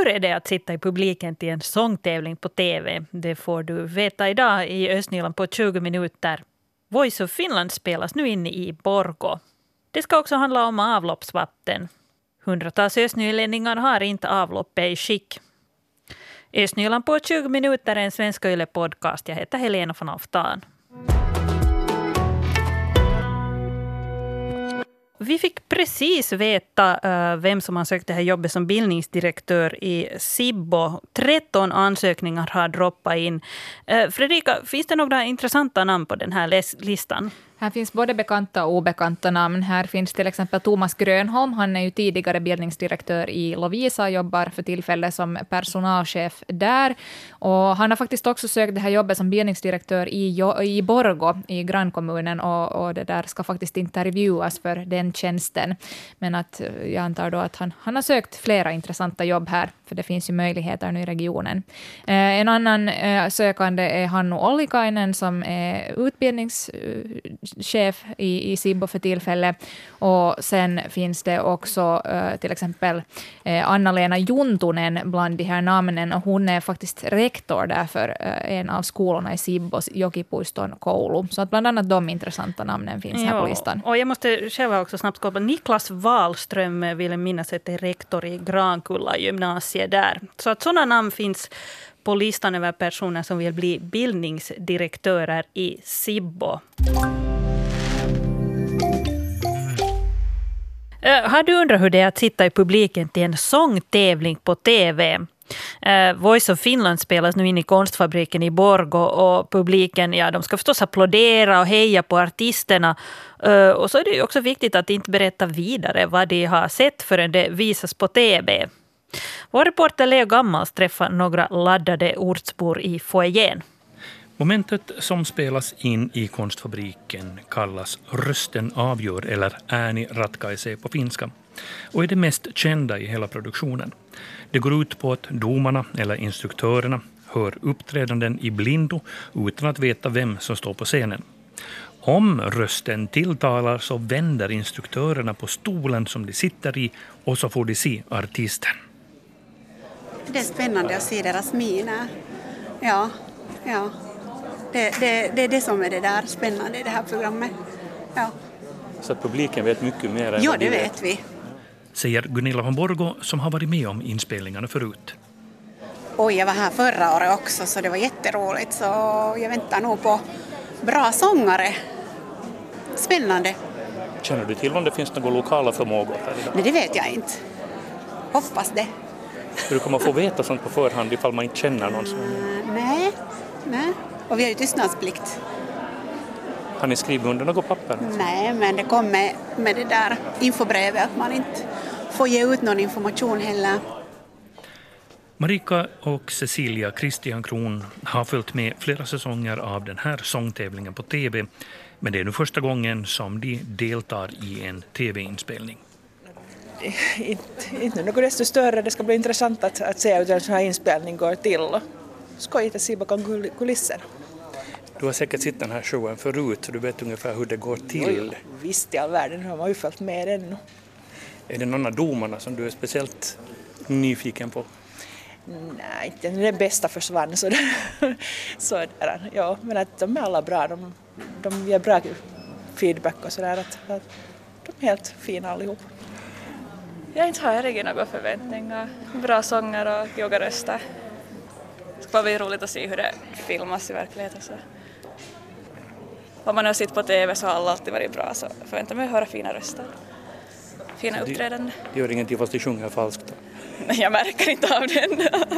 Hur är det att sitta i publiken till en sångtävling på TV? Det får du veta idag i Östnyland på 20 minuter. Voice of Finland spelas nu inne i Borgå. Det ska också handla om avloppsvatten. Hundratals östnylänningar har inte avloppet i skick. Östnyland på 20 minuter är en svenska Yle-podcast. Jag heter Helena von Alftan. Vi fick precis veta vem som har sökt det här jobbet som bildningsdirektör i Sibbo. 13 ansökningar har droppat in. Fredrika, finns det några intressanta namn på den här listan? Här finns både bekanta och obekanta namn. Här finns till exempel Thomas Grönholm. Han är ju tidigare bildningsdirektör i Lovisa och jobbar för tillfället som personalchef där. Och han har faktiskt också sökt det här jobbet som bildningsdirektör i Borgå i grannkommunen. Och det där ska faktiskt intervjuas för den tjänsten. Men att jag antar då att han har sökt flera intressanta jobb här. För det finns ju möjligheter nu i regionen. En annan sökande är Hannu Ollikainen som är utbildningschef i Sibbo för tillfället. Och sen finns det också till exempel Anna-Lena Juntunen bland de här namnen. Och hon är faktiskt rektor där för en av skolorna i Sibbo, Jokipuiston koulu. Så att bland annat de intressanta namnen finns här på listan. Och jag måste själv också snabbt skåpa. Niklas Wahlström ville minnas att det är rektor i Grankulla gymnasiet där. Så att sådana namn finns på listan över personer som vill bli bildningsdirektörer i Sibbo. Har du undrat hur det är att sitta i publiken till en sångtävling på TV? Voice of Finland spelas nu in i Konstfabriken i Borgå och publiken, de ska förstås applådera och heja på artisterna. Och så är det ju också viktigt att inte berätta vidare vad de har sett förrän det visas på TV. Vår reporter Leo Gammals träffar några laddade ortsbor i foajén. Momentet som spelas in i Konstfabriken kallas Rösten avgör eller Ääni ratkaisee på finska och är det mest kända i hela produktionen. Det går ut på att domarna eller instruktörerna hör uppträdanden i blindo utan att veta vem som står på scenen. Om rösten tilltalar så vänder instruktörerna på stolen som de sitter i och så får de se artisten. Det är spännande att se deras miner. Ja. Det är det som är det där spännande i det här programmet. Ja. Så att publiken vet mycket mer än ja, det vet vi. Säger Gunilla von Borgå som har varit med om inspelningarna förut. Jag var här förra året också så det var jätteroligt. Så jag väntar nog på bra sångare. Spännande. Känner du till om det finns några lokala förmågor här idag? Nej, det vet jag inte. Hoppas det. Du kommer få veta sånt på förhand ifall man inte känner någon som... Nej. Och vi har ju tystnadsplikt. Har ni skrivit under något papper? Nej, men det kommer med det där infobrevet att man inte får ge ut någon information heller. Marika och Cecilia Christian Kron har följt med flera säsonger av den här sångtävlingen på TV. Men det är nu första gången som de deltar i en TV-inspelning. Inte något desto större. Det ska bli intressant att se hur en sån här inspelning går till. Skojigt att se bakom kulisserna. Du har säkert sett den här showen förut så du vet ungefär hur det går till. Jo, visst i all världen har man ju följt med ännu. Är det någon av domarna som du är speciellt nyfiken på? Nej, inte den bästa försvann sådär. Ja, men att de är alla bra. De ger bra feedback och sådär. Att de är helt fina allihop. Jag inte har jag några förväntningar. Bra sånger och jogga röster. Det ska bli roligt att se hur det filmas i verkligheten. Så. Om man har sett på TV så har alla alltid varit bra så förväntar mig att höra fina röster. Fina uppträdanden. Det gör ingenting fast de sjunger falskt. Nej, jag märker inte av den.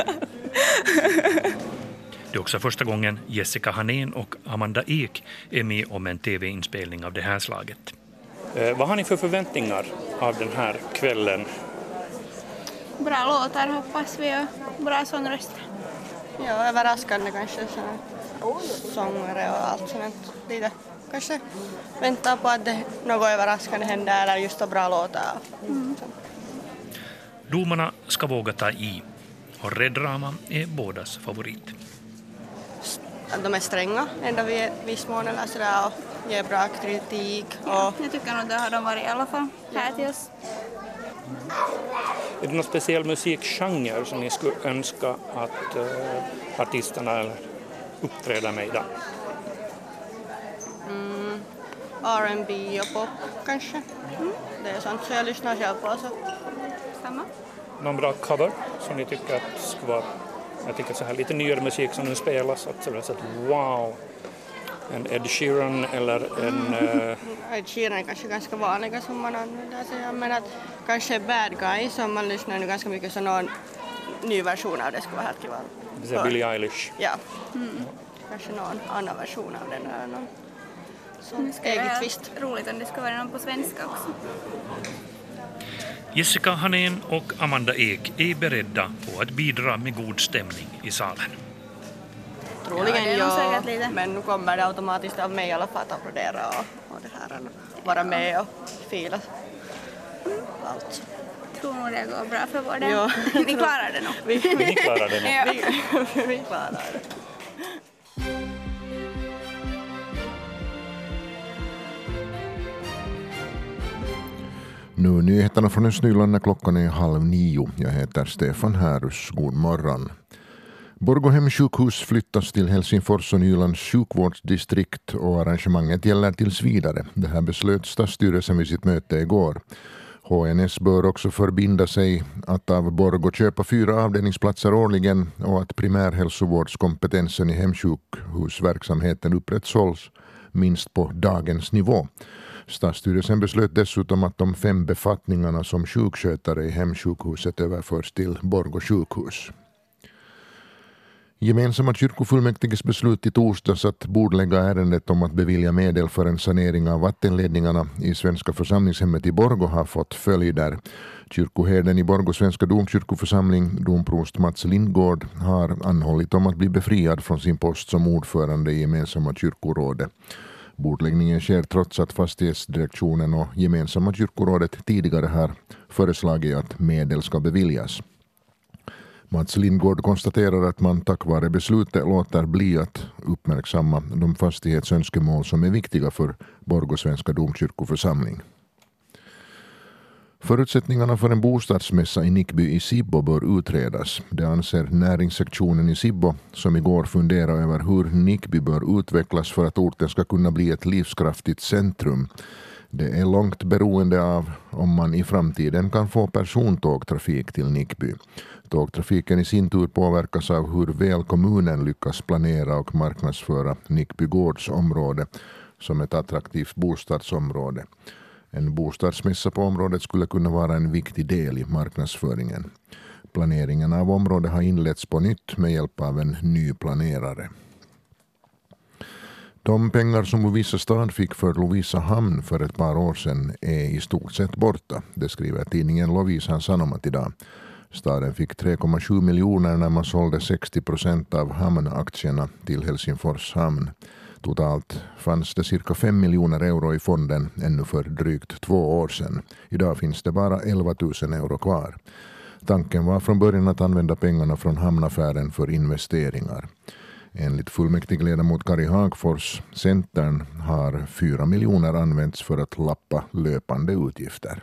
Det är också första gången Jessica Hanén och Amanda Ek är med om en TV-inspelning av det här slaget. Vad har ni för förväntningar av den här kvällen? Bra låtar hoppas vi och bra sångröster. Ja, överraskande kanske sångare och allt sånt. Lite kanske vänta på att något överraskande händer eller just bra låtar. Domarna ska våga ta i och Red Drama är bådas favorit. Att de är stränga ända vid viss mån eller sådär och ger bra kritik. Ja, jag tycker nog det har de varit i alla fall här till oss. Är det någon speciell musikgenre som ni skulle önska att artisterna uppträder med idag? R&B och pop kanske. Det är sånt som jag lyssnar själv på. Så. Samma. Någon bra cover som ni tycker att ska vara, jag tycker så här lite nyare musik som nu spelas, att så att wow, en Ed Sheeran eller en... Ed Sheeran är kanske ganska vanliga som man använder sig av, men att kanske Bad Guy som man lyssnar nu ganska mycket, så någon ny version av det skulle vara helt kul. Det är Billie Eilish. Ja, kanske någon annan version av den eller någon. Nu ska det vara roligt om det ska vara någon på svenska också. Jessica Hanén och Amanda Ek är beredda på att bidra med god stämning i salen. Troligen ja, säkert lite. Men nu kommer det automatiskt av mig i alla fall att applådera och det här och vara med och fila allt. Jag tror nog det går bra för båda. Ja. Vi klarar det nog. Ni klarar det nog. Vi klarar det. Nu nyheterna från Östnyland när klockan är 8:30. Jag heter Stefan Härus. God morgon. Borgåhem sjukhus flyttas till Helsingfors och Nylands sjukvårdsdistrikt och arrangemanget gäller tills vidare. Det här beslöt stadsstyrelsen vid sitt möte igår. HNS bör också förbinda sig att av Borgå köpa 4 avdelningsplatser årligen och att primärhälsovårdskompetensen i hemsjukhusverksamheten upprätthålls minst på dagens nivå. Stadsstyrelsen beslöt dessutom att de 5 befattningarna som sjukskötare i hemsjukhuset överförs till Borgå sjukhus. Gemensamma kyrkofullmäktiges beslut i torsdags att bordlägga ärendet om att bevilja medel för en sanering av vattenledningarna i Svenska församlingshemmet i Borgå har fått följder. Kyrkoherden i Borgå Svenska domkyrkoförsamling, domprost Mats Lindgård, har anhållit om att bli befriad från sin post som ordförande i gemensamma kyrkorådet. Bordläggningen sker trots att fastighetsdirektionen och gemensamma kyrkorådet tidigare har föreslagit att medel ska beviljas. Mats Lindgård konstaterar att man tack vare beslutet låter bli att uppmärksamma de fastighetsönskemål som är viktiga för Borgå Svenska domkyrkoförsamling. Förutsättningarna för en bostadsmässa i Nickby i Sibbo bör utredas. Det anser näringssektionen i Sibbo som igår funderar över hur Nickby bör utvecklas för att orten ska kunna bli ett livskraftigt centrum. Det är långt beroende av om man i framtiden kan få persontågtrafik till Nickby. Tågtrafiken i sin tur påverkas av hur väl kommunen lyckas planera och marknadsföra Nickby gårdsområde som ett attraktivt bostadsområde. En bostadsmässa på området skulle kunna vara en viktig del i marknadsföringen. Planeringen av området har inletts på nytt med hjälp av en ny planerare. De pengar som Lovisa stad fick för Lovisa hamn för ett par år sedan är i stort sett borta. Det skriver tidningen Lovisan Sanomat idag. Staden fick 3,7 miljoner när man sålde 60% av hamnaktierna till Helsingfors hamn. Totalt fanns det cirka 5 miljoner euro i fonden ännu för drygt 2 år sedan. Idag finns det bara 11 000 euro kvar. Tanken var från början att använda pengarna från hamnaffären för investeringar. Enligt fullmäktigeledamot Kari Hagfors, Centern, har 4 miljoner använts för att lappa löpande utgifter.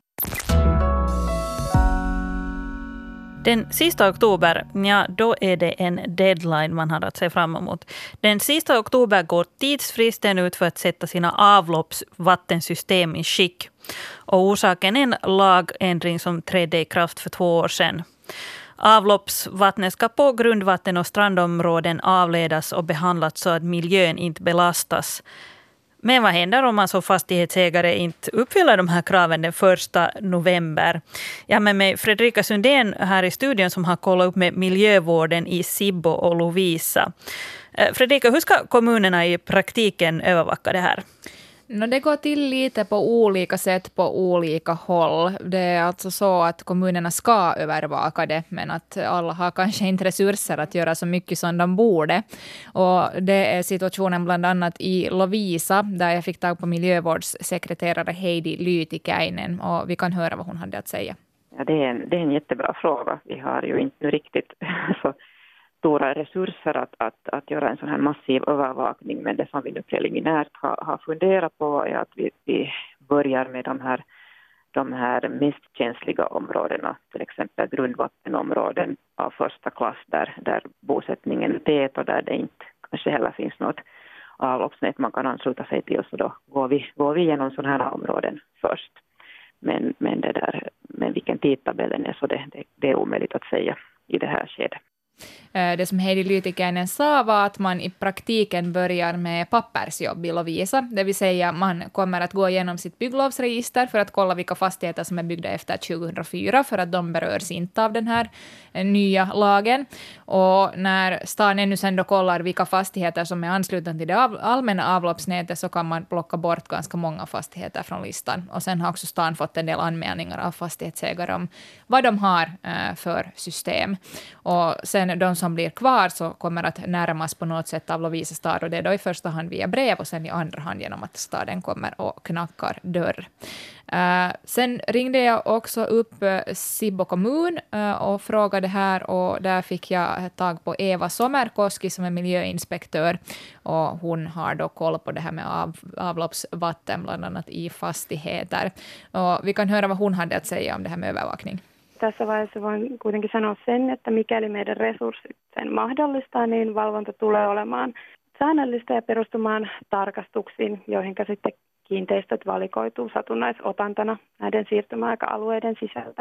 Den sista oktober, ja, då är det en deadline man har att se fram emot. Den sista oktober går tidsfristen ut för att sätta sina avloppsvattensystem i skick. Och orsaken är en lagändring som trädde i kraft för 2 år sedan. Avloppsvattnet ska på grundvatten- och strandområden avledas och behandlas så att miljön inte belastas. Men vad händer om man som fastighetsägare inte uppfyller de här kraven den 1 november? Ja, men med Fredrika Sundén här i studion som har kollat upp med miljövården i Sibbo och Lovisa. Fredrika, hur ska kommunerna i praktiken övervaka det här? Det går till lite på olika sätt på olika håll. Det är alltså så att kommunerna ska övervaka det, men att alla har kanske inte resurser att göra så mycket som de borde. Och det är situationen bland annat i Lovisa, där jag fick tag på miljövårdssekreterare Heidi Lytikäinen, och vi kan höra vad hon hade att säga. Ja, det är en jättebra fråga. Vi har ju inte riktigt så stora resurser att göra en sån här massiv övervakning, men det som vi nu preliminärt har funderat på är att vi börjar med de här de här mest känsliga områdena, till exempel grundvattenområden av första klass där bosättningen är tät och där det inte kanske heller finns något avloppsnät man kan ansluta sig till, så då går vi igenom sådana här områden först. Men vilken tidtabellen är så det är omöjligt att säga i det här skedet. Det som Heidi Lytikainen sa var att man i praktiken börjar med pappersjobb i Lovisa. Det vill säga man kommer att gå igenom sitt bygglovsregister för att kolla vilka fastigheter som är byggda efter 2004 för att de berörs inte av den här nya lagen. Och när stan ännu sen då kollar vilka fastigheter som är anslutna till det allmänna avloppsnätet så kan man plocka bort ganska många fastigheter från listan. Och sen har också stan fått en del anmälningar av fastighetsägare om vad de har för system. Och sen de som blir kvar så kommer att närmas på något sätt av Lovisa stad, och det är då i första hand via brev och sen i andra hand genom att staden kommer och knackar dörr. Sen ringde jag också upp Sibbo kommun och frågade här, och där fick jag tag på Eva Sommerkoski som är miljöinspektör, och hon har då koll på det här med avloppsvatten bland annat i fastigheter. Och vi kan höra vad hon hade att säga om det här med övervakning. Tässä vaiheessa voin kuitenkin sanoa sen, että mikäli meidän resurssit sen mahdollistaa, niin valvonta tulee olemaan säännöllistä ja perustumaan tarkastuksiin, joihin sitten kiinteistöt valikoituu satunnaisotantana näiden siirtymäaika-alueiden sisältä.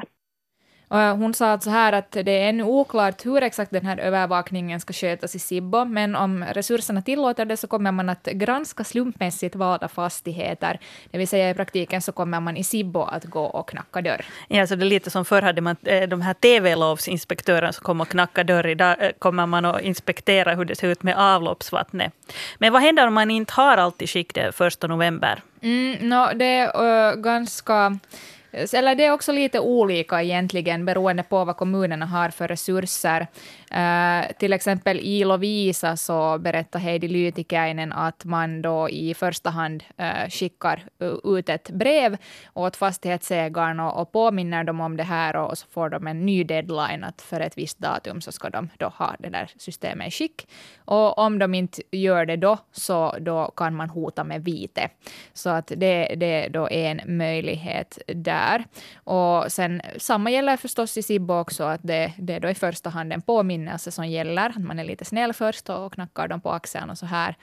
Hon sa så här att det är ännu oklart hur exakt den här övervakningen ska skötas i Sibbo, men om resurserna tillåter det så kommer man att granska slumpmässigt valda fastigheter. Det vill säga i praktiken så kommer man i Sibbo att gå och knacka dörr. Ja, så det är lite som förr hade man de här TV-lovsinspektörerna som kommer och knacka dörr. Idag kommer man att inspektera hur det ser ut med avloppsvattnet. Men vad händer om man inte har allt i skick det 1 november? Det är ganska... Eller det är också lite olika egentligen beroende på vad kommunerna har för resurser. Till exempel i Lovisa så berättar Heidi Lytikainen att man då i första hand skickar ut ett brev åt fastighetsägarna och påminner dem om det här, och så får de en ny deadline att för ett visst datum så ska de då ha det där systemet i skick. Och om de inte gör det så då kan man hota med vite. Så att det då är en möjlighet där. Och sen samma gäller förstås i Sibbo också, att det är då i första hand en påminnelse som gäller, att man är lite snäll först och knackar dem på axeln och så här,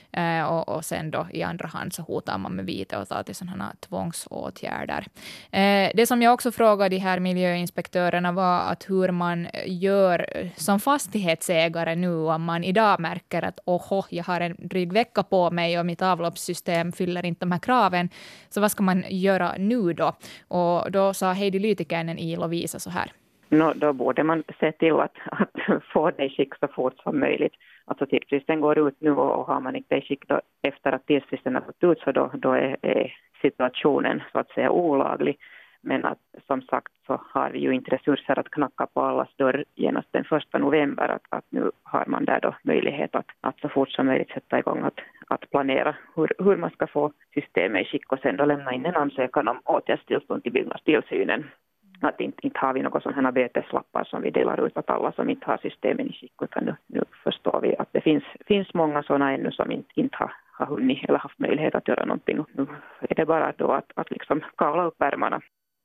och sen då i andra hand så hotar man med vite och tar till sådana tvångsåtgärder. Det som jag också frågade de här miljöinspektörerna var att hur man gör som fastighetsägare nu om man idag märker att jag har en dryg vecka på mig och mitt avloppssystem fyller inte de här kraven, så vad ska man göra nu då? Och då sa Heidi Lytikainen i Lovisa så här. Då borde man se till att få det i skick så fort som möjligt. Alltså tidsfristen går ut nu, och har man inte det i skick då, efter att tidsfristen har gått ut, så då är situationen så att säga olaglig. Men att, som sagt så har vi ju inte resurser att knacka på allas dörr genast den 1 november. Att nu har man där då möjlighet att så fort som möjligt sätta igång att planera hur man ska få systemet i skick, och sen då lämna in en ansökan om åtgärdstillstånd till byggnadstillsynen. Att inte har vi några sådana beteslappar som vi delar ut åt alla som inte har systemen i skick, utan nu förstår vi att det finns många sådana ännu som inte har hunnit eller haft möjlighet att göra någonting. Nu är det bara då att liksom kavla upp ärmarna.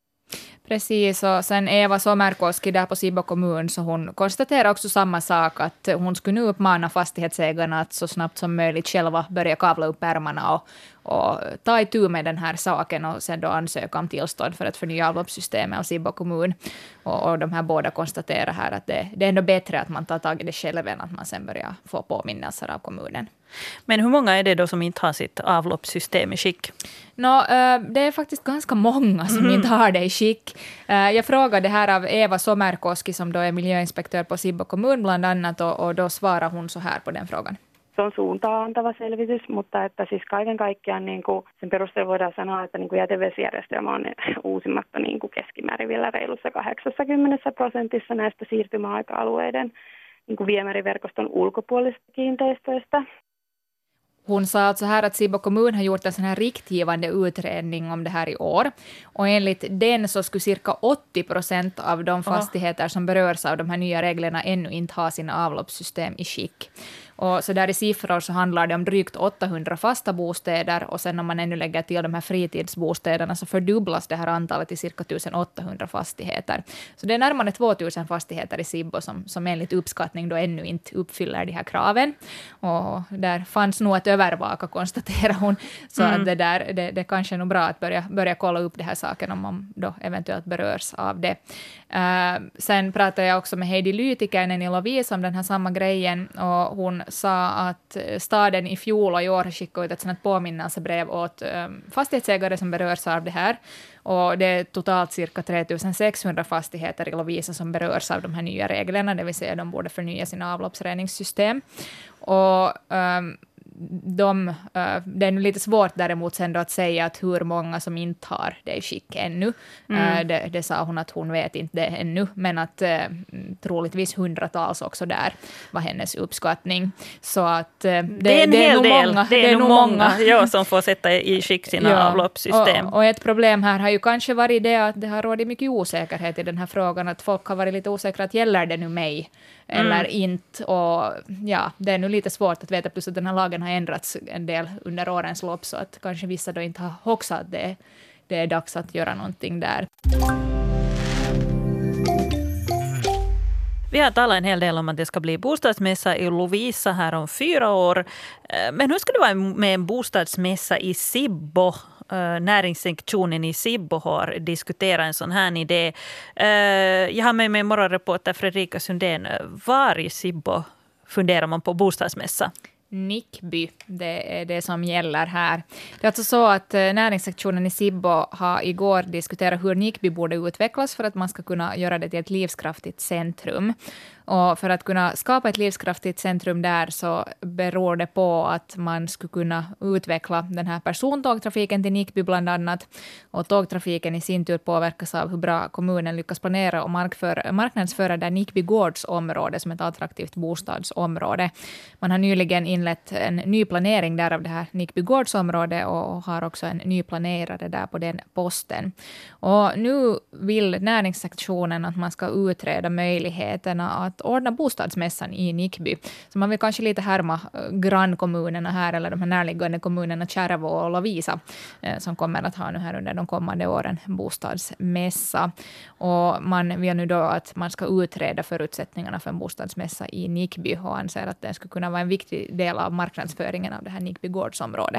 Precis, och sen Eva Sommerkoski där på Sibbo kommun, så hon konstaterar också samma sak, att hon skulle nu uppmana fastighetsägarna att så snabbt som möjligt själva börja kavla upp ärmarna och ta itu med den här saken och sen då ansöka om tillstånd för att förnya avloppssystemet av Sibbo kommun. Och de här båda konstaterar här att det är ändå bättre att man tar tag i det själv än att man sen börjar få påminnelser av kommunen. Men hur många är det då som inte har sitt avloppssystem i skick? Det är faktiskt ganska många som inte har det i skick. Jag frågade här av Eva Sommerkoski som då är miljöinspektör på Sibbo kommun bland annat, och då svarar hon så här på den frågan. Se on suuntaa antava selvitys, mutta että siis kaiken kaikkiaan niin kuin sen perusteella voidaan sanoa, että niin kuin jätevesijärjestelmä on uusimmatta niin kuin keskimäärin vielä reilussa 80% näistä siirtymäaika-alueiden niin kuin viemäriverkoston ulkopuolisista kiinteistöistä. Hon sa alltså här att Sibbo kommun har gjort en sån här riktgivande utredning om det här i år. Och enligt den så skulle cirka 80% av de fastigheter som berörs av de här nya reglerna ännu inte ha sina avloppssystem i skick. Och så där i siffror så handlar det om drygt 800 fasta bostäder, och sen om man ännu lägger till de här fritidsbostäderna så fördubblas det här antalet till cirka 1800 fastigheter. Så det är närmare 2000 fastigheter i Sibbo som enligt uppskattning då ännu inte uppfyller de här kraven. Och där fanns nog att övervaka, konstaterar hon. Så att det kanske är nog bra att börja kolla upp det här saken om man då eventuellt berörs av det. Sen pratade jag också med Heidi Lytikäinen i Lovisa om den här samma grejen, och hon sa att staden i fjol och i år skickade ut ett sådant påminnelsebrev åt fastighetsägare som berörs av det här. Och det är totalt cirka 3600 fastigheter i Lovisa som berörs av de här nya reglerna, det vill säga de borde förnya sina avloppsreningssystem. Och det är nu lite svårt däremot sen då att säga att hur många som inte har det i skick ännu. Det sa hon att hon vet inte det ännu, men att troligtvis hundratals också där var hennes uppskattning. Så att det är en hel del. Många, det är nog många som får sätta i skick sina avloppssystem. Och ett problem här har ju kanske varit det att det har rått mycket osäkerhet i den här frågan, att folk har varit lite osäkra att gäller det nu mig eller inte, och ja, det är nu lite svårt att veta, plus att den här lagen har ändrats en del under årens lopp, så att kanske vissa då inte har hoxat att det är dags att göra någonting där. Vi har talat en hel del om att det ska bli bostadsmässa i Lovisa här om 4 år. Men hur ska det vara med en bostadsmässa i Sibbo? Näringssektionen i Sibbo har diskuterat en sån här idé. Jag har med mig morgonreporter Fredrika Sundén. Var i Sibbo funderar man på bostadsmässa? Nickby, det är det som gäller här. Det är alltså så att näringssektionen i Sibbo har igår diskuterat hur Nickby borde utvecklas för att man ska kunna göra det till ett livskraftigt centrum. Och för att kunna skapa ett livskraftigt centrum där så beror det på att man skulle kunna utveckla den här persontågtrafiken till Nickby bland annat. Och tågtrafiken i sin tur påverkas av hur bra kommunen lyckas planera och marknadsföra där Nickby gårdsområde som ett attraktivt bostadsområde. Man har nyligen inlett en ny planering där av det här Nickby gårdsområde och har också en ny planerare där på den posten. Och nu vill näringssektionen att man ska utreda möjligheterna att ordna bostadsmässan i Nickby. Så man vill kanske lite härma grannkommunerna här, eller de här närliggande kommunerna Kärvo och Lovisa som kommer att ha nu här under de kommande åren bostadsmässa. Och man vill nu då att man ska utreda förutsättningarna för en bostadsmässa i Nickby och anser att det skulle kunna vara en viktig del av marknadsföringen av det här Nickby gårdsområdet.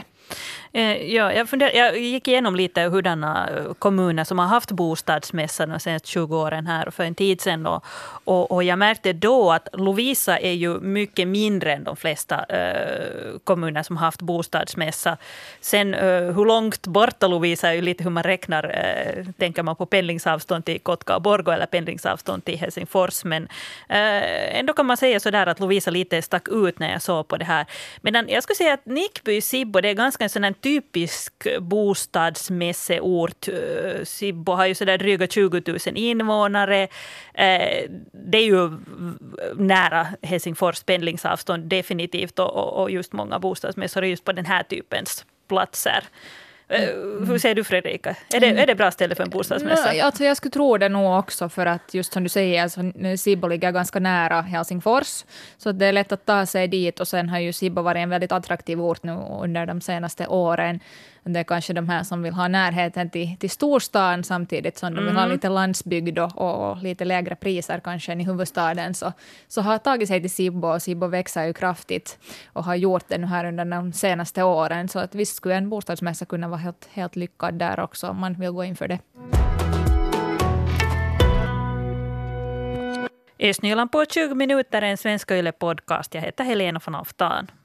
Jag gick igenom lite hurdana kommuner som har haft bostadsmässa de senaste 20 åren här för en tid sedan. Och jag märkte då att Lovisa är ju mycket mindre än de flesta kommuner som har haft bostadsmässa. Sen hur långt borta Lovisa är ju lite hur man räknar. Tänker man på pendlingsavstånd till Kotka och Borgå eller pendlingsavstånd till Helsingfors. Men ändå kan man säga sådär att Lovisa lite stack ut när jag såg på det här. Men jag skulle säga att Nickby Sibbo, det är ganska en sån här typisk bostadsmässeort. Sibbo har ju sådär dryga 20 000 invånare. Det är ju nära Helsingfors pendlingsavstånd definitivt, och just många bostadsmässor just på den här typens platser. Hur säger du, Fredrika? Är det bra ställe för en bostadsmässa? Alltså jag skulle tro det nog också, för att just som du säger, alltså, Sibbo ligger ganska nära Helsingfors, så det är lätt att ta sig dit, och sen har ju Sibbo varit en väldigt attraktiv ort nu under de senaste åren. Det är kanske de här som vill ha närheten till storstan samtidigt som de vill ha lite landsbygd och lite lägre priser kanske än i huvudstaden, så har tagit sig till Sibbo, och Sibbo växer ju kraftigt och har gjort det nu här under de senaste åren, så att visst skulle en bostadsmässa kunna vara helt lyckad där också om man vill gå in för det. Östnyland på 20 minuter, en svenska Yle podcast. Jag heter Helena von Aftan.